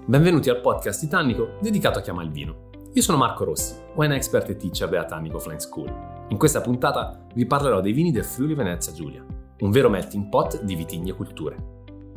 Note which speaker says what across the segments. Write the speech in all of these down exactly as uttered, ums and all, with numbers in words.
Speaker 1: Benvenuti al podcast di Tannico dedicato a chi ama il vino. Io sono Marco Rossi, wine expert e teacher della Tannico Flying School. In questa puntata vi parlerò dei vini del Friuli Venezia Giulia, un vero melting pot di vitigni e culture.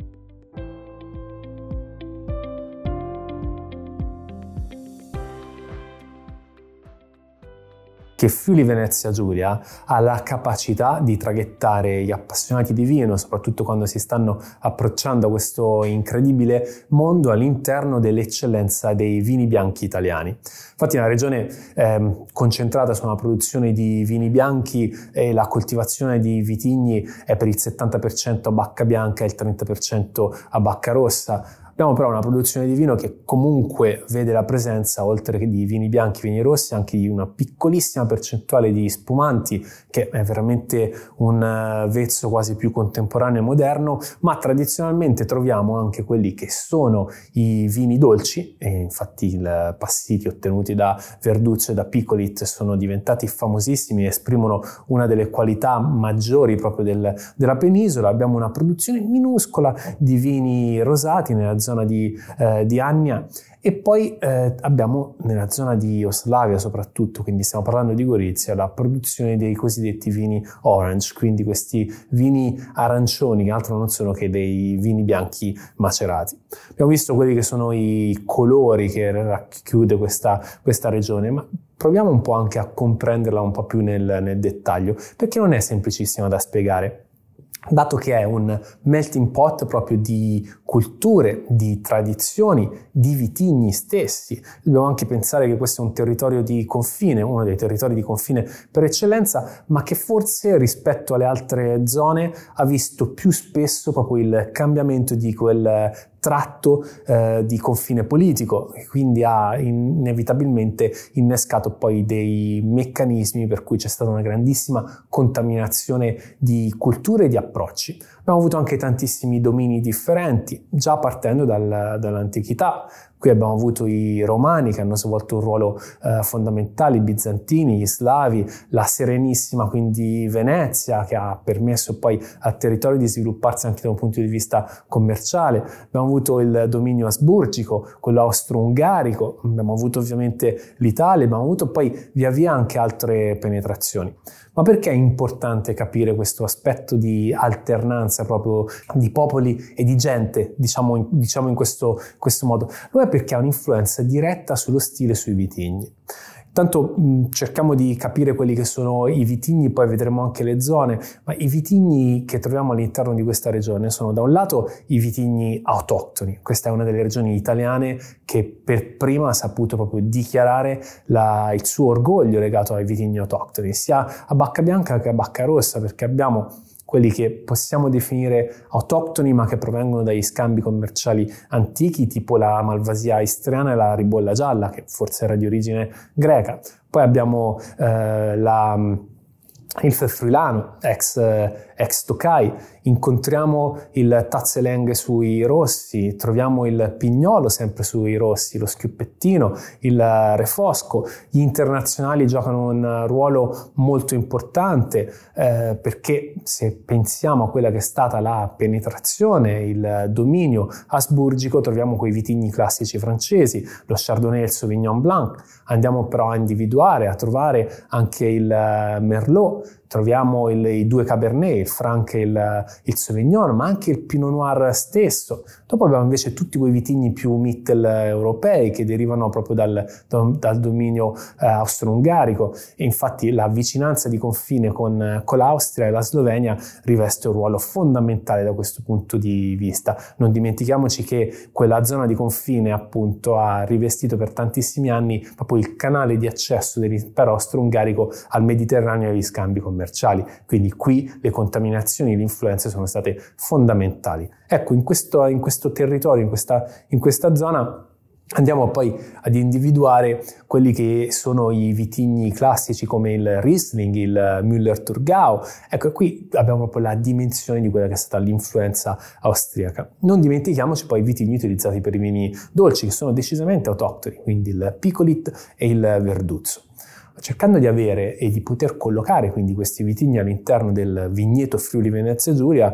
Speaker 1: Che Friuli Venezia Giulia ha la capacità di traghettare gli appassionati di vino, soprattutto quando si stanno approcciando a questo incredibile mondo all'interno dell'eccellenza dei vini bianchi italiani. Infatti è una regione eh, concentrata su una produzione di vini bianchi e la coltivazione di vitigni è per il settanta per cento a bacca bianca e il trenta per cento a bacca rossa. Abbiamo però una produzione di vino che comunque vede la presenza, oltre che di vini bianchi e vini rossi, anche di una piccolissima percentuale di spumanti, che è veramente un vezzo quasi più contemporaneo e moderno, ma tradizionalmente troviamo anche quelli che sono i vini dolci, e infatti i passiti ottenuti da Verduzzo e da Picolit sono diventati famosissimi e esprimono una delle qualità maggiori proprio del, della penisola. Abbiamo una produzione minuscola di vini rosati nella zona zona di, eh, di Ania e poi eh, abbiamo nella zona di Oslavia soprattutto, quindi stiamo parlando di Gorizia, la produzione dei cosiddetti vini orange, quindi questi vini arancioni che altro non sono che dei vini bianchi macerati. Abbiamo visto quelli che sono i colori che racchiude questa, questa regione, ma proviamo un po' anche a comprenderla un po' più nel, nel dettaglio, perché non è semplicissima da spiegare. Dato che è un melting pot proprio di culture, di tradizioni, di vitigni stessi, dobbiamo anche pensare che questo è un territorio di confine, uno dei territori di confine per eccellenza, ma che forse rispetto alle altre zone ha visto più spesso proprio il cambiamento di quel tratto eh, di confine politico, e quindi ha inevitabilmente innescato poi dei meccanismi per cui c'è stata una grandissima contaminazione di culture e di approcci. Abbiamo avuto anche tantissimi domini differenti, già partendo dal, dall'antichità. Qui abbiamo avuto i Romani che hanno svolto un ruolo eh, fondamentale, i Bizantini, gli Slavi, la Serenissima, quindi Venezia, che ha permesso poi al territorio di svilupparsi anche da un punto di vista commerciale. Abbiamo avuto il dominio asburgico, quello austro-ungarico, abbiamo avuto ovviamente l'Italia, abbiamo avuto poi via via anche altre penetrazioni. Ma perché è importante capire questo aspetto di alternanza proprio di popoli e di gente, diciamo in, diciamo in questo, questo modo? Lo è perché ha un'influenza diretta sullo stile e sui vitigni. Intanto mh, cerchiamo di capire quelli che sono i vitigni, poi vedremo anche le zone, ma i vitigni che troviamo all'interno di questa regione sono da un lato i vitigni autoctoni. Questa è una delle regioni italiane che per prima ha saputo proprio dichiarare la, il suo orgoglio legato ai vitigni autoctoni, sia a bacca bianca che a bacca rossa, perché abbiamo quelli che possiamo definire autoctoni ma che provengono dagli scambi commerciali antichi, tipo la Malvasia istriana e la ribolla gialla, che forse era di origine greca. Poi abbiamo eh, la, il friulano, ex, ex Tokai, incontriamo il Tazzeleng sui rossi, troviamo il Pignolo sempre sui rossi, lo Schiuppettino, il Refosco. Gli internazionali giocano un ruolo molto importante eh, perché se pensiamo a quella che è stata la penetrazione, il dominio asburgico, troviamo quei vitigni classici francesi, lo Chardonnay e il Sauvignon Blanc. Andiamo però a individuare, a trovare anche il Merlot, troviamo il, i due Cabernet, il Franc e il, il Sauvignon, ma anche il Pinot Noir stesso. Dopo abbiamo invece tutti quei vitigni più mitteleuropei che derivano proprio dal, dal, dal dominio eh, austro-ungarico, e infatti la vicinanza di confine con, con l'Austria e la Slovenia riveste un ruolo fondamentale da questo punto di vista. Non dimentichiamoci che quella zona di confine appunto ha rivestito per tantissimi anni proprio il canale di accesso dell'impero austro-ungarico al Mediterraneo e agli scambi commerciali, quindi qui le contaminazioni e le influenze sono state fondamentali. Ecco, in questo, in questo territorio, in questa, in questa zona andiamo poi ad individuare quelli che sono i vitigni classici come il Riesling, il Müller-Thurgau. Ecco, qui abbiamo proprio la dimensione di quella che è stata l'influenza austriaca. Non dimentichiamoci poi i vitigni utilizzati per i vini dolci, che sono decisamente autoctoni, quindi il Picolit e il Verduzzo. Cercando di avere e di poter collocare quindi questi vitigni all'interno del vigneto Friuli Venezia Giulia,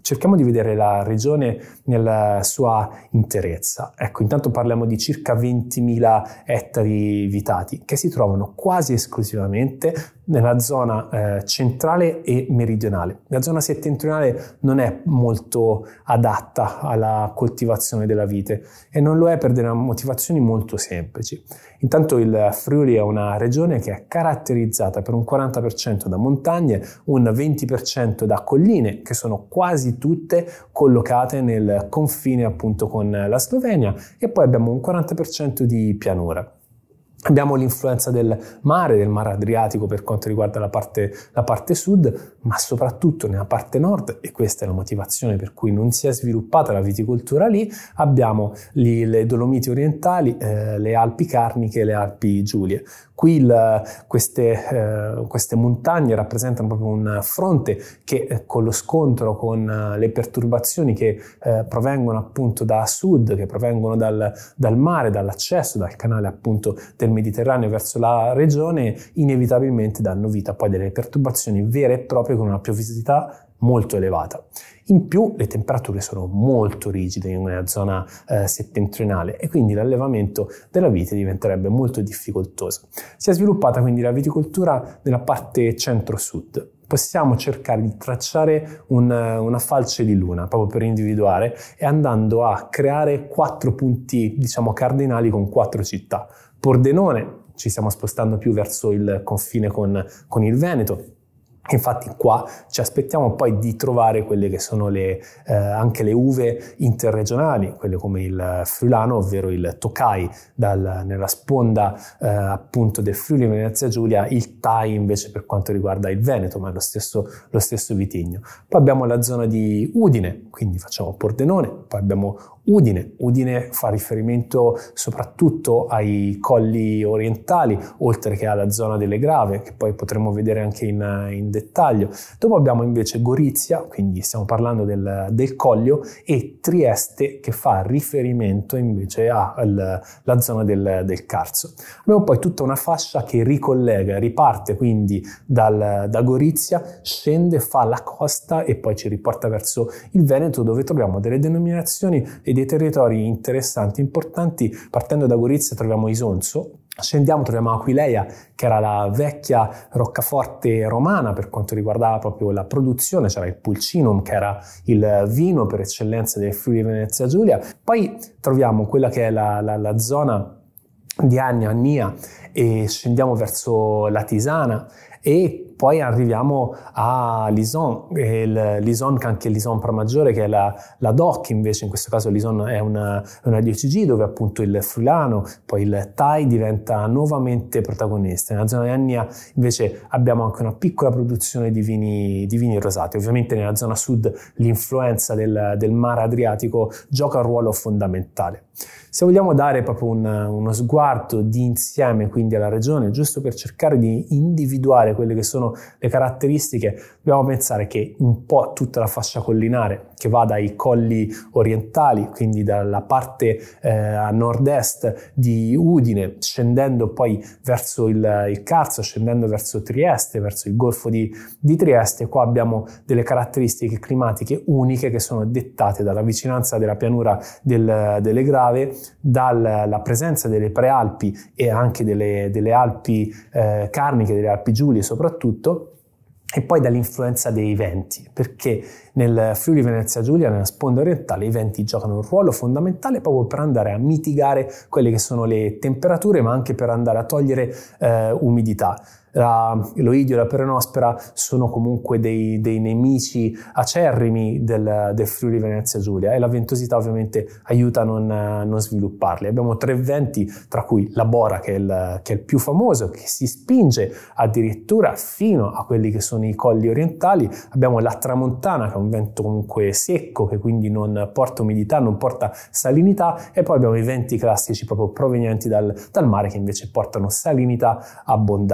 Speaker 1: cerchiamo di vedere la regione nella sua interezza. Ecco, intanto parliamo di circa ventimila ettari vitati che si trovano quasi esclusivamente nella zona eh, centrale e meridionale. La zona settentrionale non è molto adatta alla coltivazione della vite e non lo è per delle motivazioni molto semplici. Intanto il Friuli è una regione che è caratterizzata per un quaranta per cento da montagne, un venti per cento da colline, che sono quasi tutte collocate nel confine appunto con la Slovenia, e poi abbiamo un quaranta per cento di pianura. Abbiamo l'influenza del mare, del mare Adriatico per quanto riguarda la parte, la parte sud, ma soprattutto nella parte nord, e questa è la motivazione per cui non si è sviluppata la viticoltura lì, abbiamo lì le Dolomiti orientali, eh, le Alpi Carniche e le Alpi Giulie. Qui il, queste, eh, queste montagne rappresentano proprio un fronte che eh, con lo scontro con eh, le perturbazioni che eh, provengono appunto da sud, che provengono dal, dal mare, dall'accesso, dal canale appunto del Mediterraneo verso la regione, inevitabilmente danno vita poi a delle perturbazioni vere e proprie con una piovosità molto elevata. In più le temperature sono molto rigide in una zona eh, settentrionale e quindi l'allevamento della vite diventerebbe molto difficoltoso. Si è sviluppata quindi la viticoltura nella parte centro-sud. Possiamo cercare di tracciare un, una falce di luna proprio per individuare, e andando a creare quattro punti diciamo cardinali con quattro città. Pordenone, ci stiamo spostando più verso il confine con, con il Veneto. Infatti qua ci aspettiamo poi di trovare quelle che sono le, eh, anche le uve interregionali, quelle come il friulano, ovvero il Tokai dal, nella sponda eh, appunto del Friuli Venezia Giulia, il Tai invece per quanto riguarda il Veneto, ma è lo stesso, lo stesso vitigno. Poi abbiamo la zona di Udine, quindi facciamo Pordenone, poi abbiamo Udine. Udine fa riferimento soprattutto ai colli orientali, oltre che alla zona delle Grave, che poi potremo vedere anche in, in dettaglio. Dopo abbiamo invece Gorizia, quindi stiamo parlando del, del Collio, e Trieste, che fa riferimento invece alla zona del, del Carso. Abbiamo poi tutta una fascia che ricollega, riparte quindi dal, da Gorizia, scende, fa la costa e poi ci riporta verso il Veneto, dove troviamo delle denominazioni e dei territori interessanti, importanti. Partendo da Gorizia troviamo Isonzo, scendiamo, troviamo Aquileia, che era la vecchia roccaforte romana per quanto riguardava proprio la produzione, c'era il Pulcinum, che era il vino per eccellenza del Friuli Venezia Giulia. Poi troviamo quella che è la, la, la zona di Annia, Annia, e scendiamo verso la Tisana, e poi arriviamo a Lison, il Lison, anche Lison Pramaggiore, che è la, la D O C, invece in questo caso Lison è una, una D O C G, dove appunto il friulano, poi il Tai diventa nuovamente protagonista. Nella zona di Annia invece abbiamo anche una piccola produzione di vini, di vini rosati. Ovviamente nella zona sud l'influenza del, del mare Adriatico gioca un ruolo fondamentale. Se vogliamo dare proprio un, uno sguardo di insieme quindi alla regione, giusto per cercare di individuare quelle che sono le caratteristiche, dobbiamo pensare che un po' tutta la fascia collinare, che va dai colli orientali, quindi dalla parte eh, a nord-est di Udine, scendendo poi verso il, il Carso, scendendo verso Trieste, verso il Golfo di, di Trieste, qua abbiamo delle caratteristiche climatiche uniche che sono dettate dalla vicinanza della pianura del, delle Grave, dalla presenza delle prealpi e anche delle, delle Alpi eh, Carniche, delle Alpi Giulie soprattutto, e poi dall'influenza dei venti, perché nel Friuli Venezia Giulia, nella sponda orientale, i venti giocano un ruolo fondamentale proprio per andare a mitigare quelle che sono le temperature, ma anche per andare a togliere eh, umidità. La, l'oidio e la peronospora sono comunque dei, dei nemici acerrimi del, del Friuli Venezia Giulia, e la ventosità ovviamente aiuta a non, non svilupparli. Abbiamo tre venti, tra cui la Bora, che è, il, che è il più famoso, che si spinge addirittura fino a quelli che sono i colli orientali. Abbiamo la Tramontana, che è un vento comunque secco, che quindi non porta umidità, non porta salinità, e poi abbiamo i venti classici proprio provenienti dal, dal mare, che invece portano salinità abbondante.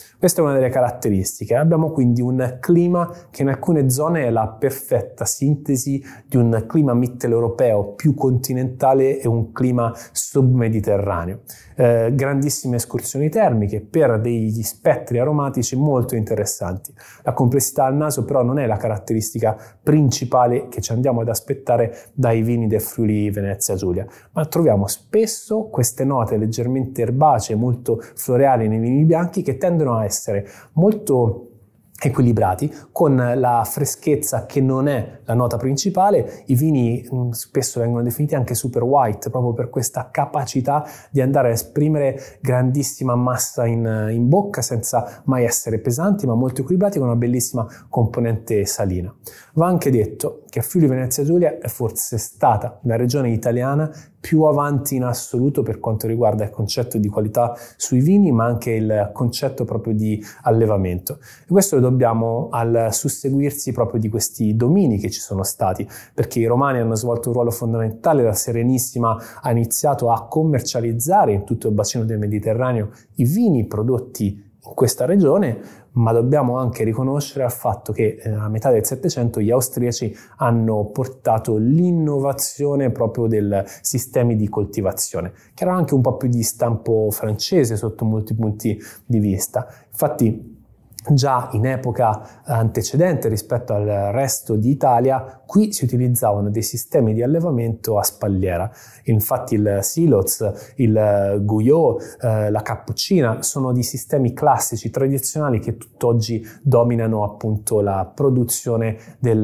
Speaker 1: Questa è una delle caratteristiche. Abbiamo quindi un clima che in alcune zone è la perfetta sintesi di un clima mitteleuropeo più continentale e un clima submediterraneo. Eh, grandissime escursioni termiche per degli spettri aromatici molto interessanti. La complessità al naso però non è la caratteristica principale che ci andiamo ad aspettare dai vini del Friuli Venezia Giulia, ma troviamo spesso queste note leggermente erbacee, molto floreali nei vini bianchi, che tendono a essere molto equilibrati, con la freschezza che non è la nota principale. I vini mh, spesso vengono definiti anche super white proprio per questa capacità di andare a esprimere grandissima massa in, in bocca senza mai essere pesanti, ma molto equilibrati, con una bellissima componente salina. Va anche detto che Friuli Venezia Giulia è forse stata la regione italiana più avanti in assoluto per quanto riguarda il concetto di qualità sui vini, ma anche il concetto proprio di allevamento. E questo lo dobbiamo al susseguirsi proprio di questi domini che ci sono stati, perché i romani hanno svolto un ruolo fondamentale. La Serenissima ha iniziato a commercializzare in tutto il bacino del Mediterraneo i vini prodotti in questa regione, ma dobbiamo anche riconoscere al fatto che eh, a metà del Settecento gli austriaci hanno portato l'innovazione proprio dei sistemi di coltivazione, che erano anche un po' più di stampo francese sotto molti punti di vista. Infatti già in epoca antecedente rispetto al resto d'Italia, qui si utilizzavano dei sistemi di allevamento a spalliera. Infatti il Siloz, il Guyot, eh, la Cappuccina sono di sistemi classici, tradizionali, che tutt'oggi dominano appunto la produzione del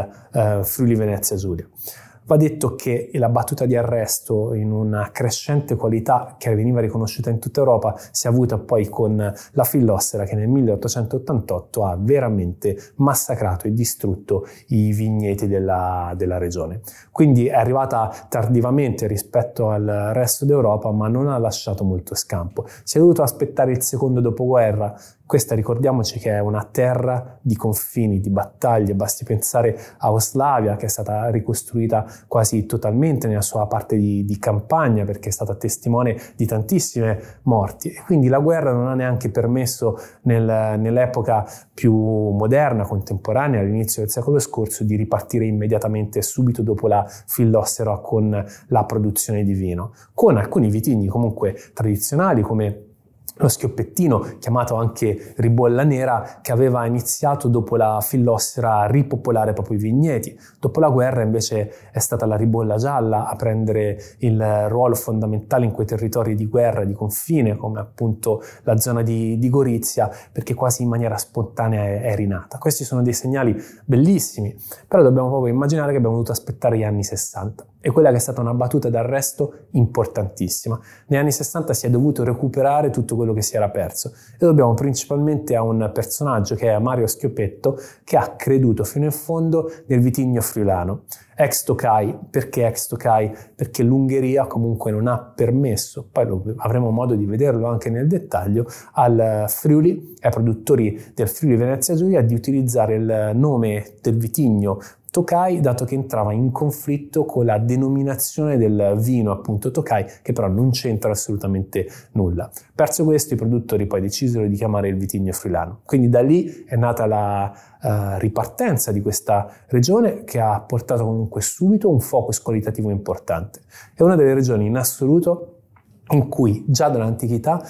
Speaker 1: eh, Friuli Venezia Giulia. Va detto che la battuta di arresto in una crescente qualità che veniva riconosciuta in tutta Europa si è avuta poi con la fillossera, che nel milleottocentottantotto ha veramente massacrato e distrutto i vigneti della, della regione. Quindi è arrivata tardivamente rispetto al resto d'Europa, ma non ha lasciato molto scampo. Si è dovuto aspettare il secondo dopoguerra. Questa, ricordiamoci, che è una terra di confini, di battaglie. Basti pensare a Oslavia, che è stata ricostruita quasi totalmente nella sua parte di, di campagna, perché è stata testimone di tantissime morti. E quindi la guerra non ha neanche permesso nel, nell'epoca più moderna, contemporanea, all'inizio del secolo scorso, di ripartire immediatamente subito dopo la fillossera con la produzione di vino, con alcuni vitigni comunque tradizionali come lo Schioppettino, chiamato anche Ribolla Nera, che aveva iniziato dopo la fillossera a ripopolare proprio i vigneti. Dopo la guerra invece è stata la Ribolla Gialla a prendere il ruolo fondamentale in quei territori di guerra, di confine, come appunto la zona di, di Gorizia, perché quasi in maniera spontanea è, è rinata. Questi sono dei segnali bellissimi, però dobbiamo proprio immaginare che abbiamo dovuto aspettare gli anni sessanta. E quella che è stata una battuta d'arresto importantissima. Negli anni sessanta si è dovuto recuperare tutto quello che si era perso, e dobbiamo principalmente a un personaggio che è Mario Schioppetto, che ha creduto fino in fondo nel vitigno friulano. Ex Tokai. Perché ex Tokai? Perché l'Ungheria comunque non ha permesso, poi lo, avremo modo di vederlo anche nel dettaglio, al Friuli, ai produttori del Friuli Venezia Giulia, di utilizzare il nome del vitigno Tokai, dato che entrava in conflitto con la denominazione del vino, appunto Tokai, che però non c'entra assolutamente nulla. Perso questo, i produttori poi decisero di chiamare il vitigno friulano. Quindi da lì è nata la uh, ripartenza di questa regione, che ha portato comunque subito un focus qualitativo importante. È una delle regioni in assoluto in cui già dall'antichità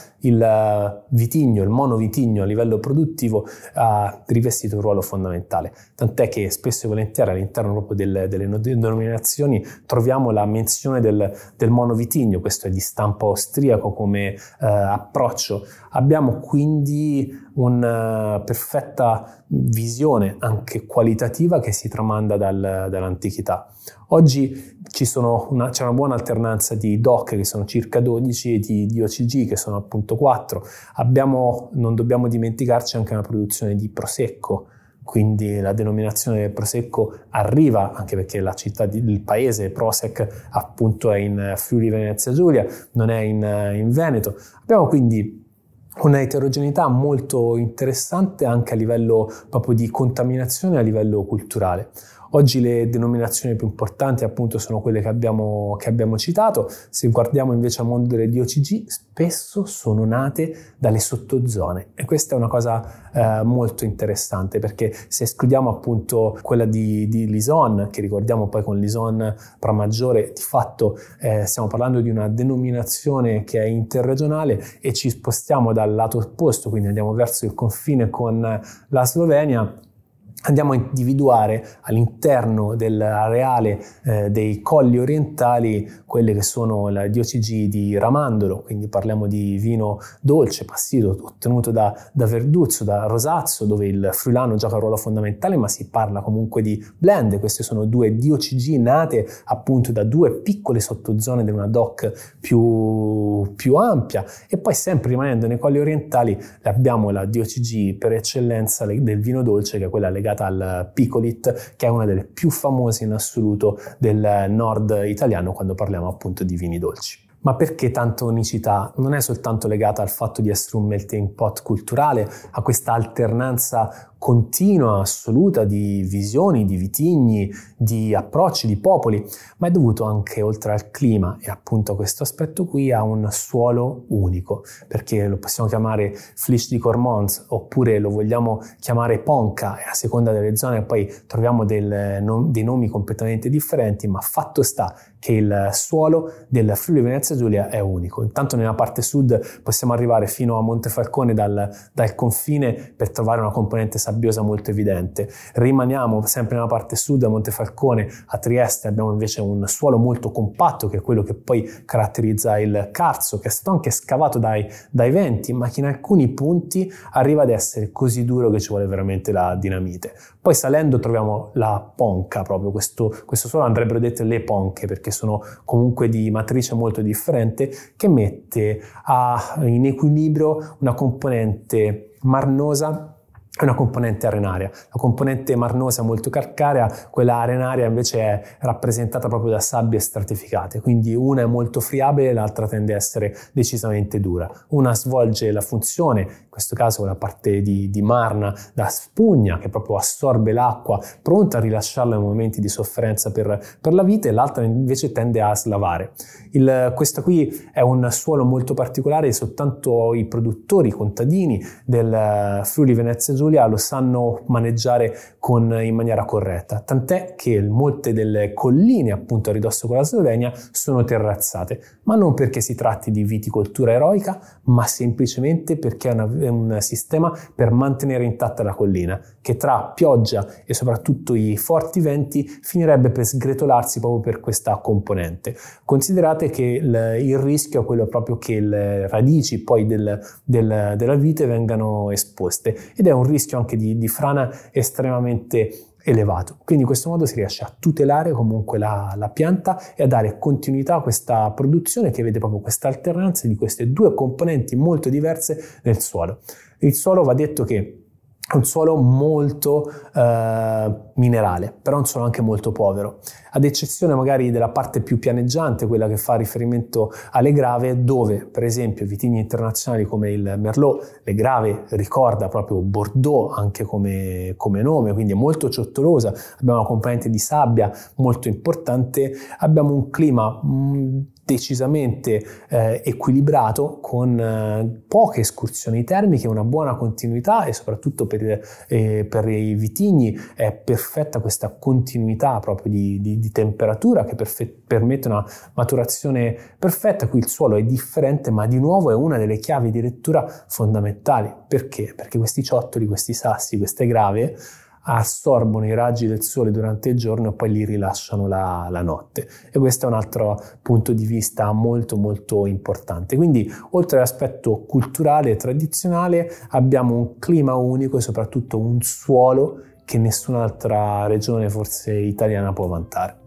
Speaker 1: il vitigno, il monovitigno a livello produttivo ha rivestito un ruolo fondamentale, tant'è che spesso e volentieri all'interno proprio delle, delle denominazioni troviamo la menzione del, del monovitigno. Questo è di stampo austriaco come eh, approccio. Abbiamo quindi una perfetta visione anche qualitativa che si tramanda dal, dall'antichità. Oggi ci sono una, c'è una buona alternanza di D O C, che sono circa dodici, e di, di O C G, che sono appunto quattro. Abbiamo, non dobbiamo dimenticarci anche una produzione di Prosecco, quindi la denominazione del Prosecco arriva anche perché la città, il paese Prosec appunto è in Friuli Venezia Giulia, non è in, in Veneto. Abbiamo quindi una eterogeneità molto interessante anche a livello proprio di contaminazione, a livello culturale. Oggi le denominazioni più importanti appunto sono quelle che abbiamo, che abbiamo citato. Se guardiamo invece al mondo delle D O C G, spesso sono nate dalle sottozone, e questa è una cosa eh, molto interessante, perché se escludiamo appunto quella di, di Lison, che ricordiamo poi con Lison Pramaggiore, di fatto eh, stiamo parlando di una denominazione che è interregionale, e ci spostiamo dal lato opposto, quindi andiamo verso il confine con la Slovenia, andiamo a individuare all'interno dell'areale eh, dei colli orientali quelle che sono la D O C G di Ramandolo, quindi parliamo di vino dolce, passivo, ottenuto da, da Verduzzo, da Rosazzo, dove il friulano gioca un ruolo fondamentale, ma si parla comunque di blend. Queste sono due D O C G nate appunto da due piccole sottozone di una D O C più, più ampia. E poi, sempre rimanendo nei colli orientali, abbiamo la D O C G per eccellenza del vino dolce, che è quella legata al Picolit, che è una delle più famose in assoluto del nord italiano quando parliamo appunto di vini dolci. Ma perché tanta unicità? Non è soltanto legata al fatto di essere un melting pot culturale, a questa alternanza continua, assoluta di visioni, di vitigni, di approcci, di popoli, ma è dovuto anche, oltre al clima e appunto a questo aspetto qui, a un suolo unico, perché lo possiamo chiamare Flèche de Cormont oppure lo vogliamo chiamare Ponca, e a seconda delle zone poi troviamo del, nom- dei nomi completamente differenti, ma fatto sta che il suolo del Friuli Venezia Giulia è unico. Intanto nella parte sud possiamo arrivare fino a Montefalcone dal, dal confine per trovare una componente sabbiosa molto evidente. Rimaniamo sempre nella parte sud, a Montefalcone, a Trieste abbiamo invece un suolo molto compatto, che è quello che poi caratterizza il Carso, che è stato anche scavato dai, dai venti, ma che in alcuni punti arriva ad essere così duro che ci vuole veramente la dinamite. Poi salendo troviamo la Ponca, proprio questo, questo suolo andrebbero dette le ponche, perché sono comunque di matrice molto differente, che mette a, in equilibrio una componente marnosa e una componente arenaria. La componente marnosa molto calcarea, quella arenaria invece è rappresentata proprio da sabbie stratificate, quindi una è molto friabile, l'altra tende a essere decisamente dura. Una svolge la funzione, in questo caso la parte di, di marna, da spugna, che proprio assorbe l'acqua, pronta a rilasciarla in momenti di sofferenza per, per la vite, e l'altra invece tende a slavare. Il, questo qui è un suolo molto particolare, e soltanto i produttori, i contadini del Friuli Venezia Giulia lo sanno maneggiare con, in maniera corretta, tant'è che molte delle colline appunto a ridosso con la Slovenia sono terrazzate, ma non perché si tratti di viticoltura eroica, ma semplicemente perché è, una, è un sistema per mantenere intatta la collina, che tra pioggia e soprattutto i forti venti finirebbe per sgretolarsi proprio per questa componente. Considerate che il, il rischio è quello proprio che le radici poi del, del, della vite vengano esposte, ed è un rischio anche di, di frana estremamente elevato. Quindi in questo modo si riesce a tutelare comunque la, la pianta e a dare continuità a questa produzione, che vede proprio questa alternanza di queste due componenti molto diverse nel suolo. Il suolo, va detto che è un suolo molto eh, minerale, però è un suolo anche molto povero, ad eccezione magari della parte più pianeggiante, quella che fa riferimento alle grave, dove per esempio vitigni internazionali come il Merlot, le grave ricorda proprio Bordeaux anche come, come nome, quindi è molto ciottolosa, abbiamo una componente di sabbia molto importante, abbiamo un clima mh, decisamente eh, equilibrato, con eh, poche escursioni termiche, una buona continuità, e soprattutto per, eh, per i vitigni è perfetta questa continuità proprio di, di, di temperatura che perfe- permette una maturazione perfetta. Qui il suolo è differente, ma di nuovo è una delle chiavi di lettura fondamentali. Perché? Perché questi ciottoli, questi sassi, queste grave assorbono i raggi del sole durante il giorno e poi li rilasciano la, la notte, e questo è un altro punto di vista molto molto importante. Quindi oltre all'aspetto culturale e tradizionale abbiamo un clima unico e soprattutto un suolo che nessun'altra regione forse italiana può vantare.